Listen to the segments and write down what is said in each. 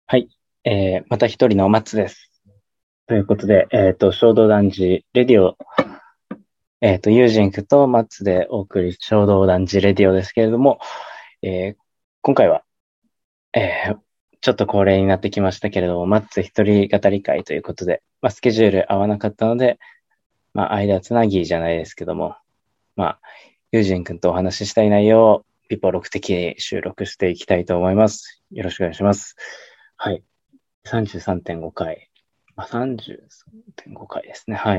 はい。また一人の松です。ということで、衝動男児レディオ、ユージンクと松でお送り、衝動男児レディオですけれども、えー今回は、えーちょっと恒例になってきましたけれども、松一人語り会ということで、スケジュール合わなかったので、間つなぎじゃないですけども、ユージン君とお話ししたい内容を、ピポロク的に収録していきたいと思います。よろしくお願いします。はい。33.5回。33.5回ですね。はい。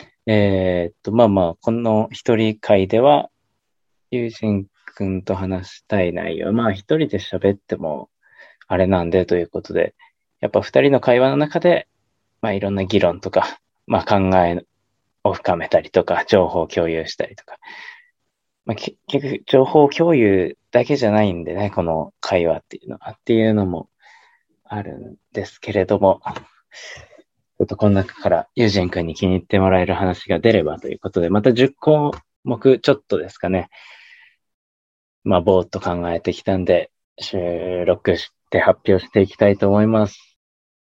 この一人会では、友人くんと話したい内容、一人で喋っても、あれなんでということで、やっぱ二人の会話の中で、いろんな議論とか、考えを深めたりとか、情報を共有したりとか、結局、情報共有だけじゃないんでね、この会話っていうのもあるんですけれども、ちょっとこの中からユージン君に気に入ってもらえる話が出ればということで、また10項目ちょっとですかね。ぼーっと考えてきたんで、収録して発表していきたいと思います。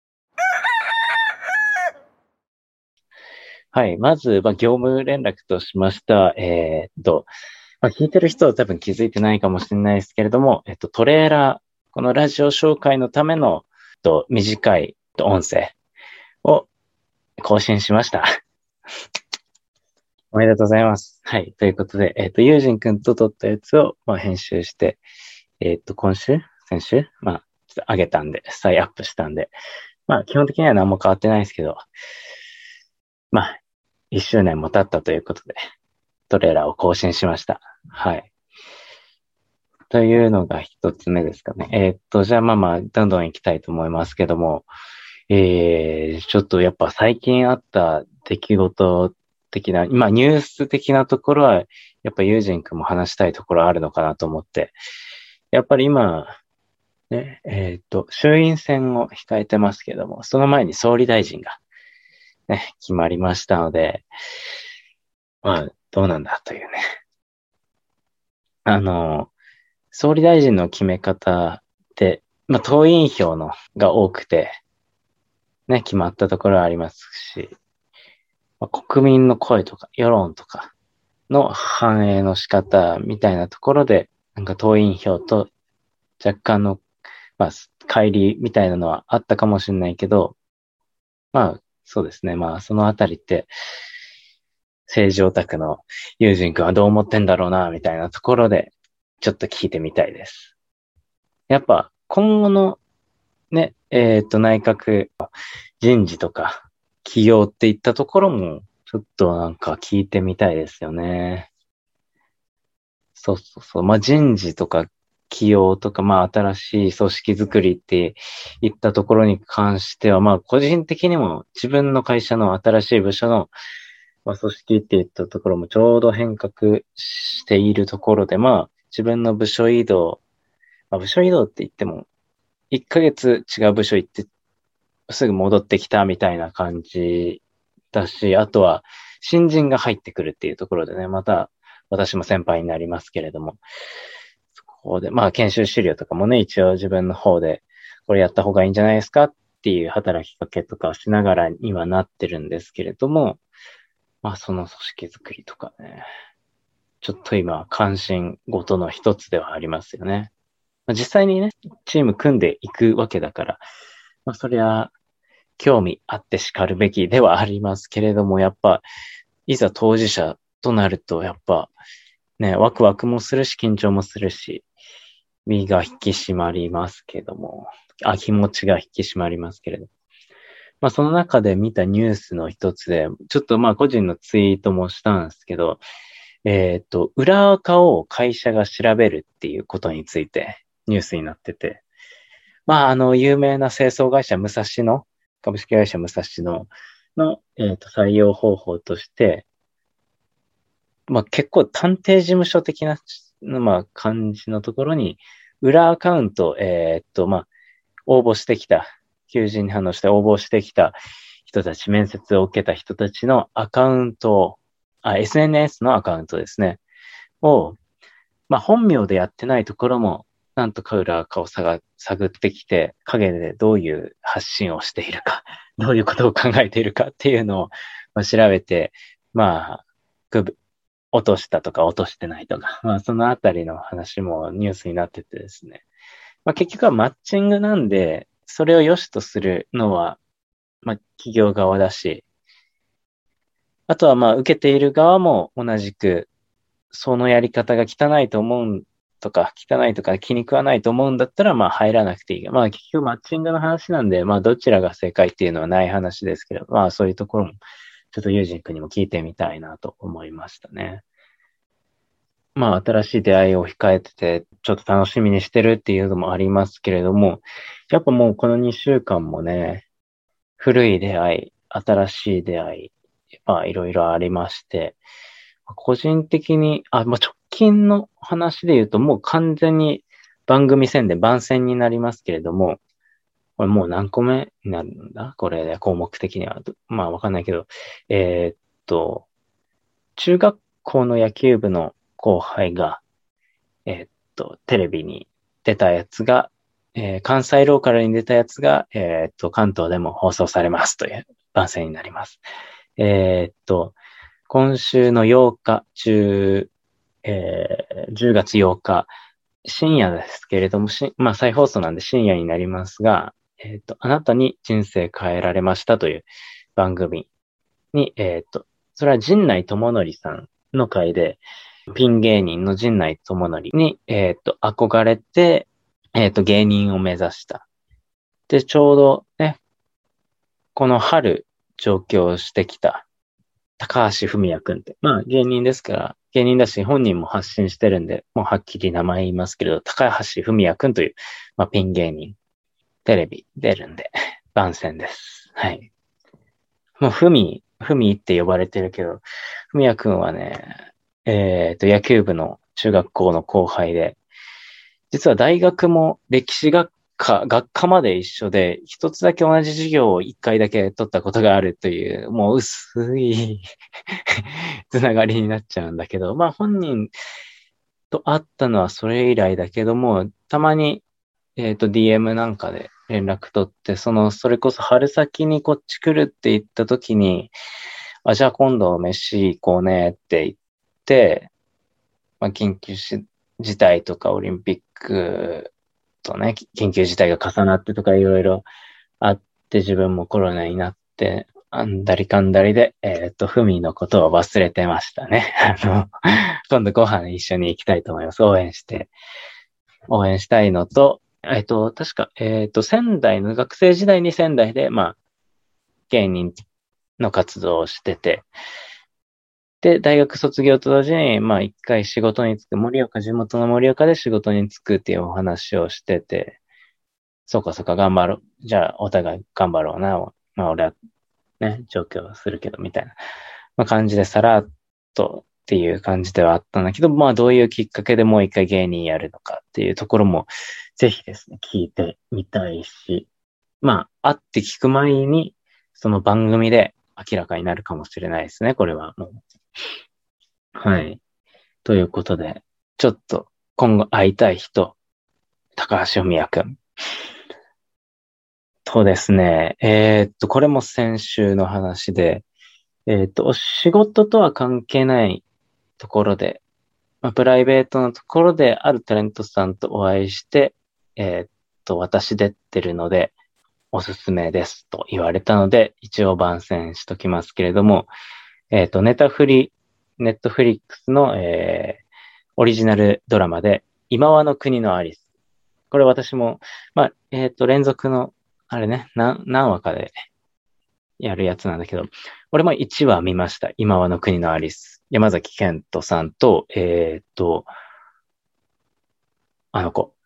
はい。まず、業務連絡としました。聞いてる人は多分気づいてないかもしれないですけれども、トレーラー、このラジオ紹介のための、短い音声を更新しました。おめでとうございます。はい。ということで、ユージンくんと撮ったやつを、編集して、先週ちょっと上げたんで、再アップしたんで、基本的には何も変わってないですけど、1周年も経ったということで、トレーラーを更新しました。はい。というのが一つ目ですかね。じゃあどんどん行きたいと思いますけども、ちょっとやっぱ最近あった出来事的な、今ニュース的なところは、やっぱユージン君も話したいところあるのかなと思って、やっぱり今、ね、衆院選を控えてますけども、その前に総理大臣がね、決まりましたので、どうなんだというね。あの、総理大臣の決め方って、党員票のが多くて、ね、決まったところはありますし、国民の声とか世論とかの反映の仕方みたいなところで、党員票と若干の、乖離みたいなのはあったかもしれないけど、そうですね。そのあたりって、政治オタクの友人くんはどう思ってんだろうな、みたいなところで、ちょっと聞いてみたいです。やっぱ、今後のね、内閣人事とか、起業っていったところも、ちょっと聞いてみたいですよね。そうそうそう。人事とか起用とか、新しい組織づくりっていったところに関しては、個人的にも自分の会社の新しい部署の、組織っていったところもちょうど変革しているところで、自分の部署移動、部署移動って言っても、1ヶ月違う部署行ってすぐ戻ってきたみたいな感じだし、あとは新人が入ってくるっていうところでね、また私も先輩になりますけれども、そこで、研修資料とかもね、一応自分の方でこれやった方がいいんじゃないですかっていう働きかけとかをしながらにはなってるんですけれども、その組織づくりとかね、ちょっと今関心事の一つではありますよね。実際にね、チーム組んでいくわけだから、そりゃ興味あって叱るべきではありますけれども、やっぱ、いざ当事者となると、やっぱ、ね、ワクワクもするし、緊張もするし、身が引き締まりますけども、気持ちが引き締まりますけれど。その中で見たニュースの一つで、ちょっと個人のツイートもしたんですけど、裏垢を会社が調べるっていうことについてニュースになってて、有名な清掃会社武蔵野、株式会社武蔵野の、採用方法として、結構探偵事務所的な、感じのところに、裏アカウント、応募してきた、求人に反応して応募してきた人たち、面接を受けた人たちのアカウントを、SNS のアカウントですね、を、本名でやってないところもなんとか裏垢を探ってきて、影でどういう発信をしているか、どういうことを考えているかっていうのを、調べて、まあ、落としたとか落としてないとか、そのあたりの話もニュースになっててですね。結局はマッチングなんで、それを良しとするのは、企業側だし、あとは受けている側も同じく、そのやり方が汚いと思うとか、汚いとか気に食わないと思うんだったら、入らなくていい。結局マッチングの話なんで、どちらが正解っていうのはない話ですけど、そういうところも、ちょっとユージン君にも聞いてみたいなと思いましたね。新しい出会いを控えてて、ちょっと楽しみにしてるっていうのもありますけれども、やっぱもうこの2週間もね、古い出会い、新しい出会い、いろいろありまして、個人的に、直近の話で言うともう完全に番組宣伝、番宣になりますけれども、これもう何個目になるんだこれで項目的には。わかんないけど、中学校の野球部の後輩が、テレビに出たやつが、関西ローカルに出たやつが、関東でも放送されますという番宣になります。今週の8日、10月8日、深夜ですけれども、再放送なんで深夜になりますが、あなたに人生変えられましたという番組に、それは陣内智則さんの回で、ピン芸人の陣内智則に、憧れて、芸人を目指した。で、ちょうどね、この春上京してきた高橋文也くんって、芸人ですから、芸人だし本人も発信してるんで、もうはっきり名前言いますけど、高橋文也くんという、ピン芸人、テレビ出るんで、番宣です。はい。もうふみって呼ばれてるけど、文也くんはね、野球部の中学校の後輩で、実は大学も歴史学科まで一緒で、一つだけ同じ授業を一回だけ取ったことがあるという、もう薄いつながりになっちゃうんだけど、本人と会ったのはそれ以来だけども、たまに、DM なんかで連絡取って、それこそ春先にこっち来るって言った時に、じゃあ今度飯行こうねって言って、緊急事態とかオリンピックとね、緊急事態が重なってとかいろいろあって自分もコロナになって、あんだりかんだりで、ふみのことを忘れてましたね。今度ご飯一緒に行きたいと思います。応援したいのと、確か、仙台の学生時代に仙台で、芸人の活動をしてて、で、大学卒業と同時に、一回仕事に就く、地元の盛岡で仕事に就くっていうお話をしてて、そうか頑張ろう。じゃあ、お互い頑張ろうな。俺はね、上京するけど、みたいな、感じでさらっとっていう感じではあったんだけど、どういうきっかけでもう一回芸人やるのかっていうところも、ぜひですね、聞いてみたいし、会って聞く前に、その番組で明らかになるかもしれないですね、これはもう。はい。ということで、ちょっと今後会いたい人、高橋文也くん。とですね、これも先週の話で、お仕事とは関係ないところで、プライベートのところであるタレントさんとお会いして、私出てるので、おすすめですと言われたので、一応番宣しときますけれども、ネットフリックスの、オリジナルドラマで、今はの国のアリス。これ私も、連続の、あれね、何話かでやるやつなんだけど、俺も1話見ました。今はの国のアリス。山崎賢人さんと、あの子。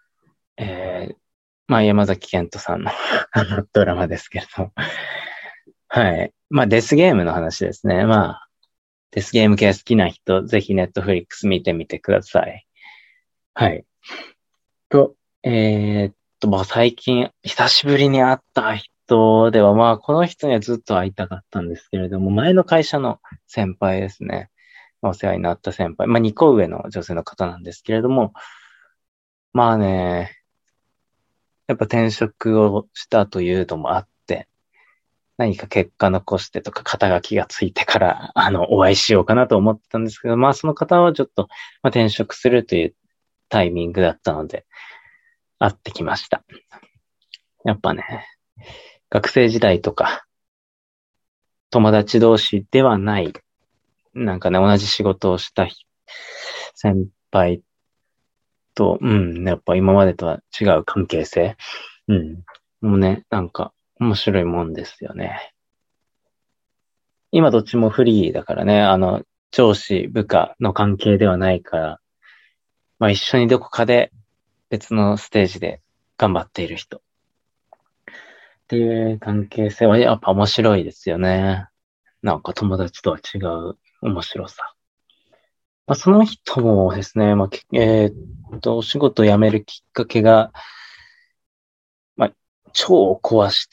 山崎賢人さんのドラマですけれど。はい。デスゲームの話ですね。デスゲーム系好きな人、ぜひネットフリックス見てみてください。はい。と、最近、久しぶりに会った人では、この人にはずっと会いたかったんですけれども、前の会社の先輩ですね。お世話になった先輩。2個上の女性の方なんですけれども、 まあね、やっぱ転職をしたというのもあって、何か結果残してとか肩書きがついてから、お会いしようかなと思ってたんですけど、まあその方はちょっと、まあ、転職するというタイミングだったので、会ってきました。やっぱね、学生時代とか、友達同士ではない、なんかね、同じ仕事をした先輩と、やっぱ今までとは違う関係性。もうね、なんか面白いもんですよね。今どっちもフリーだからね、上司、部下の関係ではないから、まあ一緒にどこかで別のステージで頑張っている人っていう関係性はやっぱ面白いですよね。なんか友達とは違う面白さ。まあ、その人もですね、まあ、お仕事を辞めるきっかけが、まあ、腸を壊して、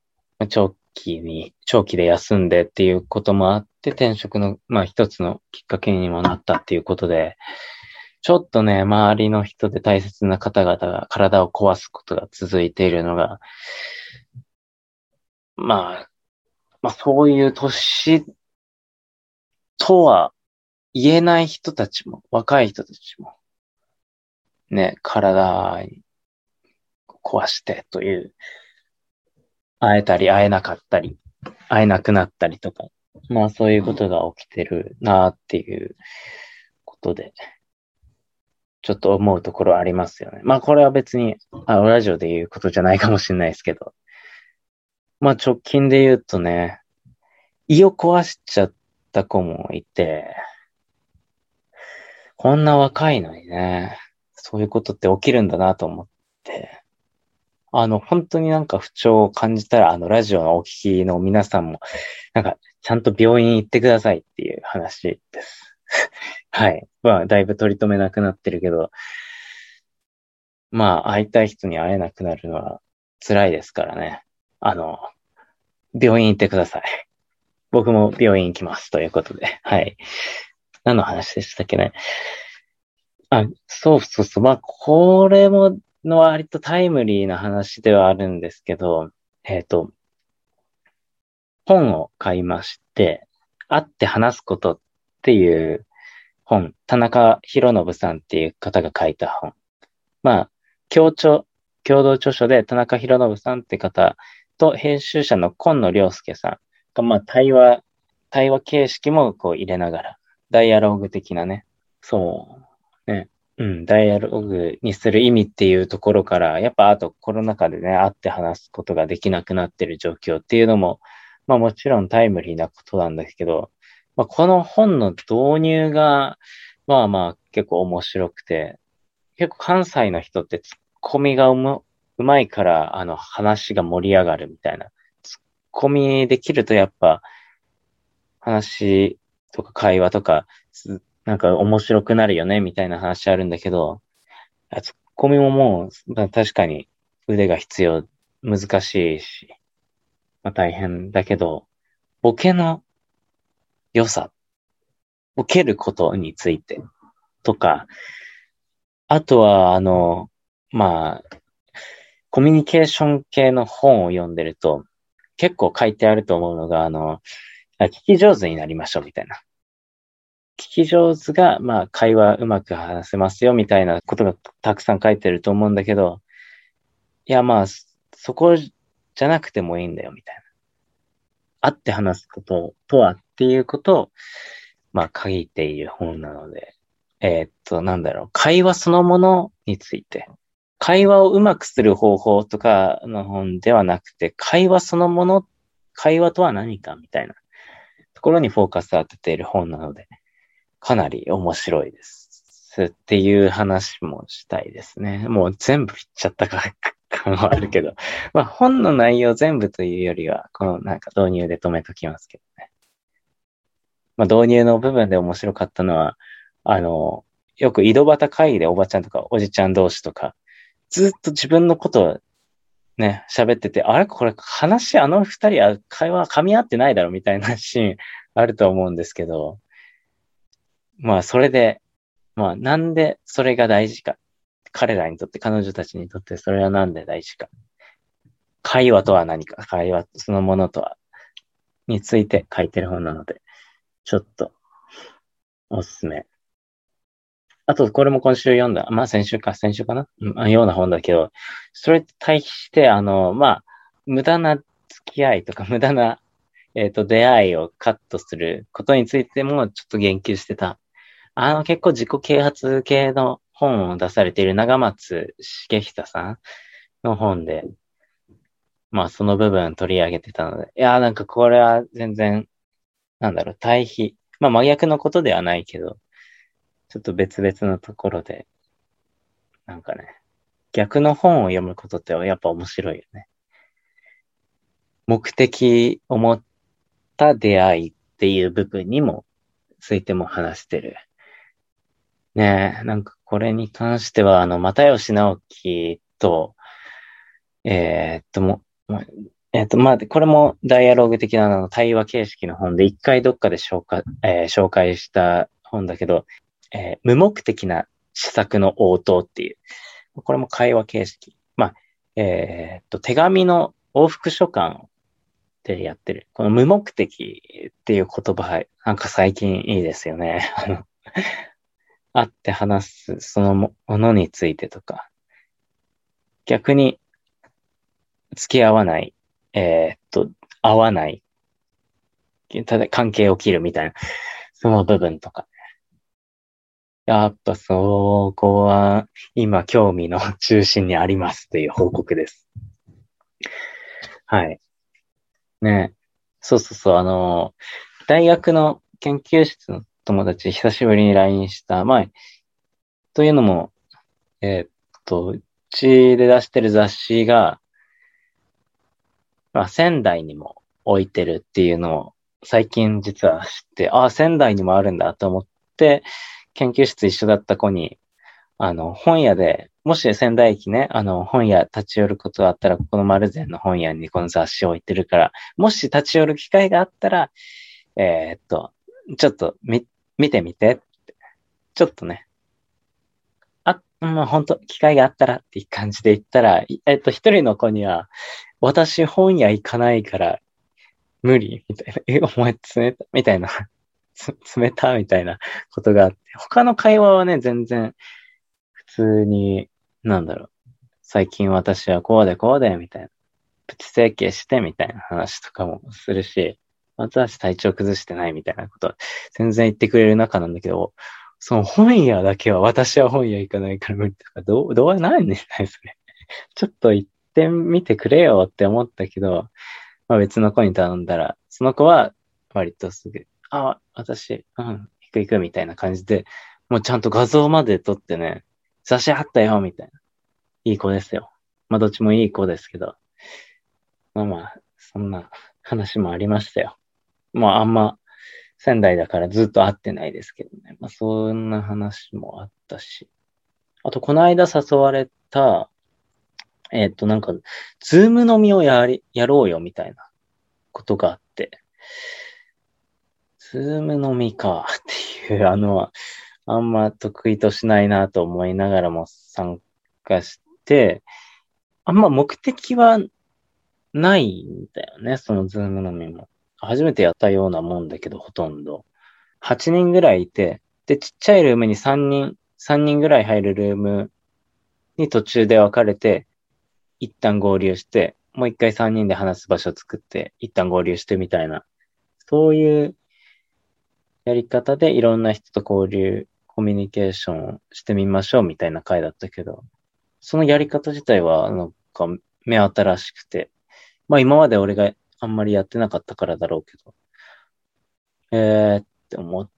長期で休んでっていうこともあって、転職の、まあ一つのきっかけにもなったっていうことで、ちょっとね、周りの人で大切な方々が体を壊すことが続いているのが、まあ、まあそういう年とは言えない人たちも、若い人たちも、ね、体壊してという、会えたり会えなかったり、会えなくなったりとか、まあそういうことが起きてるなっていうことで、ちょっと思うところありますよね。まあこれは別に、ラジオで言うことじゃないかもしれないですけど、まあ直近で言うとね、胃を壊しちゃった子もいて、こんな若いのにね、そういうことって起きるんだなと思って、本当になんか不調を感じたら、ラジオのお聞きの皆さんも、なんか、ちゃんと病院行ってくださいっていう話です。はい。まあ、だいぶ取り留めなくなってるけど、まあ、会いたい人に会えなくなるのは辛いですからね。あの、病院行ってください。僕も病院行きます。ということで。はい。何の話でしたっけね。そうそうそう。まあ、これも、割とタイムリーな話ではあるんですけど、えっと、本を買いまして、会って話すことっていう本、田中博信さんっていう方が書いた本。まあ、共同著書で田中博信さんって方と編集者の今野良介さんが、まあ、対話形式もこう入れながら、ダイアログ的なね、そうね、ダイアログにする意味っていうところから、やっぱあとコロナ禍でね、会って話すことができなくなってる状況っていうのも、まあもちろんタイムリーなことなんですけど、まあこの本の導入が、まあまあ結構面白くて、結構関西の人ってツッコミがうまいから、話が盛り上がるみたいな。ツッコミできるとやっぱ、話とか会話とか、なんか面白くなるよね、みたいな話あるんだけど、ツッコミももう、まあ確かに腕が必要、難しいし、まあ大変だけど、ボケの良さ、ボケることについてとか、あとは、まあ、コミュニケーション系の本を読んでると、結構書いてあると思うのが、聞き上手になりましょうみたいな。聞き上手が、まあ、会話うまく話せますよみたいなことがたくさん書いてると思うんだけど、いや、まあ、そこじゃなくてもいいんだよみたいな。会って話すこととはっていうことを、まあ、書いている本なので、なんだろう、会話そのものについて、会話をうまくする方法とかの本ではなくて、会話とは何かみたいなところにフォーカスを当てている本なので、かなり面白いです。っていう話もしたいですね。もう全部言っちゃったから感はあるけど、まあ本の内容全部というよりは、このなんか導入で止めときますけどね。まあ導入の部分で面白かったのは、あの、よく井戸端会議でおばちゃんとかおじちゃん同士とか、ずっと自分のことをね、喋ってて、あれこれ話、あの二人は会話噛み合ってないだろみたいなシーンあると思うんですけど、まあそれで、まあなんでそれが大事か。 彼らにとって、彼女たちにとってそれはなんで大事か。会話とは何か、会話そのものとは、について書いてる本なので、ちょっと、おすすめ。あと、これも今週読んだ。まあ、先週かな、ような本だけど、それに対して、無駄な付き合いとか、無駄な、出会いをカットすることについても、ちょっと言及してた。結構自己啓発系の本を出されている長松茂久さんの本で、まあ、その部分取り上げてたので、いや、なんかこれは全然、対比。まあ、真逆のことではないけど、ちょっと別々のところで、なんかね、逆の本を読むことってやっぱ面白いよね。目的を持った出会いっていう部分にもついても話してる。ねえ、なんかこれに関しては、又吉直樹と、まあ、これもダイアログ的な対話形式の本で、一回どっかで紹介した本だけど、無目的な施策の応答っていう、これも会話形式。まあ、手紙の往復書簡でやってる。この無目的っていう言葉、なんか最近いいですよね。会って話すそのものについてとか、逆に付き合わない、合わない、ただ関係を切るみたいな、その部分とか。やっぱそこは今興味の中心にありますという報告です。はい。ね。そうそうそう、大学の研究室の友達久しぶりに LINE した。まあ、というのも、うちで出してる雑誌が、まあ、仙台にも置いてるっていうのを最近実は知って、仙台にもあるんだと思って、研究室一緒だった子に、本屋で、もし仙台駅ね、本屋立ち寄ることがあったら、ここの丸善の本屋にこの雑誌を置いてるから、もし立ち寄る機会があったら、ちょっと見てみてって。ちょっとね、まあ本当機会があったらっていう感じで言ったら、一人の子には、私本屋行かないから無理みたいな。お前冷たみたいな。冷たみたいなことがあって。他の会話はね、全然普通に、最近私はこうでこうで、みたいな。プチ整形してみたいな話とかもするし、私体調崩してないみたいなこと全然言ってくれる中なんだけど、その本屋だけは私は本屋行かないから無理とか、どうなんですかね、それ。ちょっと行ってみてくれよって思ったけど、まあ別の子に頼んだら、その子は割とすぐ、私、行くみたいな感じで、もうちゃんと画像まで撮ってね、雑誌あったよみたいな。いい子ですよ。まあどっちもいい子ですけど、そんな話もありましたよ。まああんま仙台だからずっと会ってないですけどね。まあそんな話もあったし。あとこの間誘われた、ズーム飲みをやろうよみたいなことがあって、ズーム飲みかっていう、あんま得意としないなと思いながらも参加して、あんま目的はないんだよね、そのズーム飲みも。初めてやったようなもんだけど、ほとんど。8人ぐらいいて、で、ちっちゃいルームに3人ぐらい入るルームに途中で分かれて、一旦合流して、もう一回3人で話す場所を作って、一旦合流してみたいな。そういうやり方でいろんな人と交流、コミュニケーションをしてみましょうみたいな回だったけど、そのやり方自体はなんか目新しくて、まあ今まで俺があんまりやってなかったからだろうけど、って思って、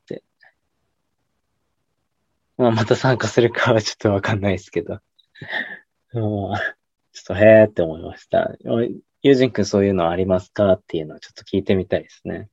まあまた参加するかはちょっとわかんないですけど、ちょっとへーって思いました。友人くんそういうのありますかっていうのをちょっと聞いてみたいですね。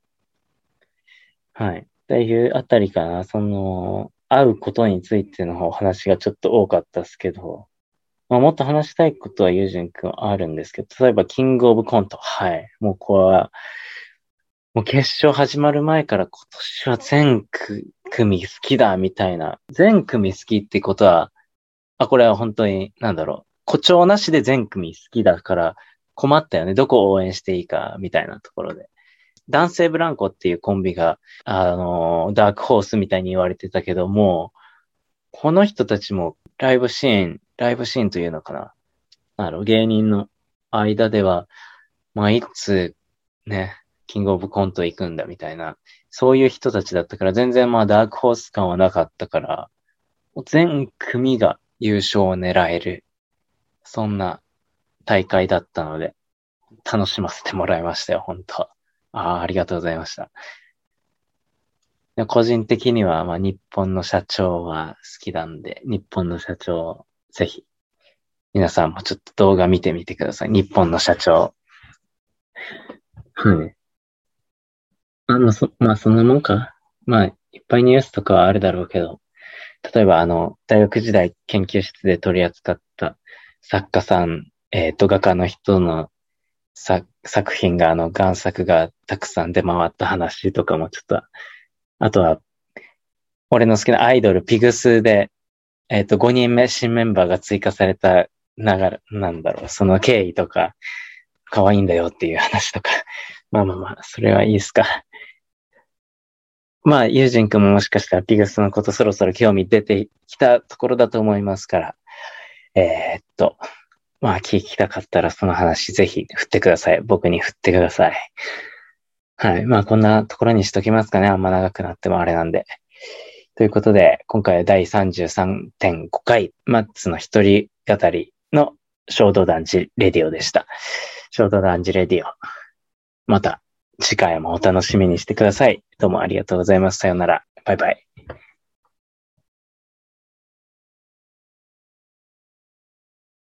はい。っていうあたりかな。会うことについてのお話がちょっと多かったですけど、まあ、もっと話したいことはユージン君あるんですけど、例えばキングオブコント。はい。もうこれは、もう決勝始まる前から今年は全組好きだみたいな。全組好きってことは、 これは本当に、誇張なしで全組好きだから困ったよね。どこを応援していいか、みたいなところで。男性ブランコっていうコンビが、ダークホースみたいに言われてたけども、この人たちもライブシーンというのかな。芸人の間では、いつね、キングオブコント行くんだみたいな、そういう人たちだったから、全然ダークホース感はなかったから、全組が優勝を狙える、そんな大会だったので、楽しませてもらいましたよ、本当。ありがとうございました。個人的には、日本の社長は好きなんで、日本の社長、ぜひ、皆さんもちょっと動画見てみてください。日本の社長。はい。そんなもんか。いっぱいニュースとかはあるだろうけど、例えば大学時代研究室で取り扱った作家さん、画家の人の作品が贋作がたくさん出回った話とかもちょっと、あとは、俺の好きなアイドルピグスで、5人目新メンバーが追加されたその経緯とか、可愛いんだよっていう話とか。それはいいですか。ユージン君ももしかしたらピグスのことそろそろ興味出てきたところだと思いますから、聞きたかったらその話ぜひ振ってください。僕に振ってください。はい。こんなところにしときますかね。あんま長くなってもあれなんで。ということで、今回は第 33.5 回、マッツの一人語りの衝動男児レディオでした。衝動男児レディオ。また次回もお楽しみにしてください。どうもありがとうございます。さようなら。バイバイ。